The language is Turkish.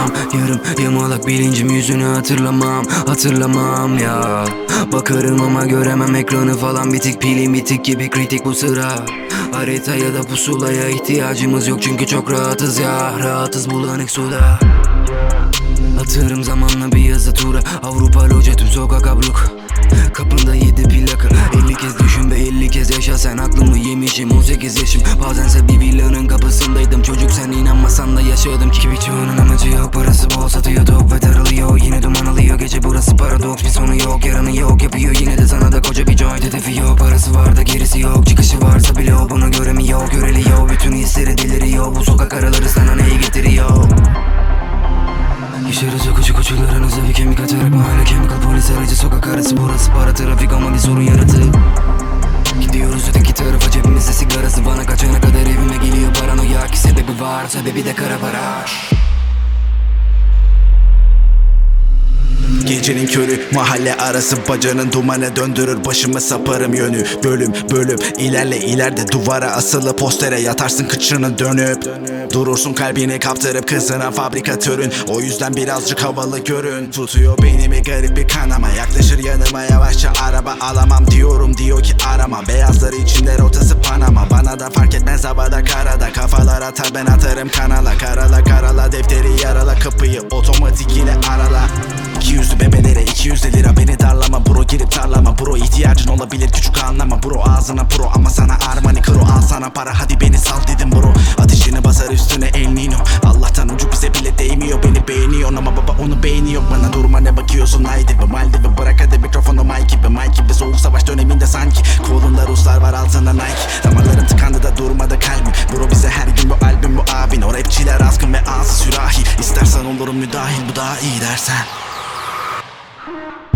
hatırlamam. Yarım yamalak bilincim, yüzünü hatırlamam ya. Bakarım ama göremem ekranı falan, bitik pilim bitik gibi kritik bu sıra. Harita ya da pusulaya ihtiyacımız yok çünkü çok rahatız ya. Rahatız bulanık suda. Atarım zamanla bir yazı tura. Avrupa loca, tüm sokak abluk. Kapında 7 plaka. 50 kez düşün ve 50 kez yaşa. Sen aklımı yemişim, 18 yaşım. Bazense bir villanın kapısındaydım. Çocuk sen inanmasan da yaşadım ki birçoğunun amacı yok. Parası bol satıyor top ve daralıyor. Yine duman alıyor gece, burası paradoks. Bir sonu yok, yarını yok yapıyor. Yine de sana da koca bir joint hedefi yok. Parası var da gerisi yok, çıkışı varsa bile o bunu göremiyor. Göreliyor, bütün hisleri deliriyor. Bu sokak araları sana neyi getiriyor? Yaşarız o küçük uçularınıza bir kemik atarak. Mahalle chemical, polis aracı, sokak arası. Burası para trafik ama bir sorun yaratır. Gidiyoruz öteki tarafa, cebimizde sigarası. Bana kaçana kadar evime geliyor paranoya. Ki sebebi var, sebebi de kara para. Gecenin körü mahalle arası, bacanın dumanı döndürür başımı, saparım yönü. Bölüm ilerle, ileride duvara asılı postere yatarsın kıçını dönüp. Durursun kalbini kaptırıp kızına fabrikatörün. O yüzden birazcık havalı görün. Tutuyor beynimi garip bir kanama. Yaklaşır yanıma yavaşça, araba alamam diyorum, diyor ki arama. Beyazları içinde rotası Panama. Bana da fark etmez havada karada. Kafalar atar ben atarım kanala. Karala defteri yarala, kapıyı otomatik ile arala. 200'lü bebelere 200 lira, beni darlama bro, girip tarlama bro. İhtiyacın olabilir küçük, anlama bro. Ağzına pro ama sana Armani kro. Al sana para hadi beni sal dedim bro. Ateşini basar üstüne El Nino. Allah'tan ucu bize bile değmiyor. Beni beğeniyor ama baba onu beğeniyor. Bana durma ne bakıyorsun haydi be Maldive. Bırak hadi mikrofonu Mike gibi soğuk savaş döneminde sanki. Kolunda Ruslar var, altında Nike. Damarlarım tıkandı da durmadı kalbim. Bro bize her gün bu albüm bu abin. O rapçiler azgın ve ağzı sürahi. İstersen olurum müdahil, bu daha iyi dersen.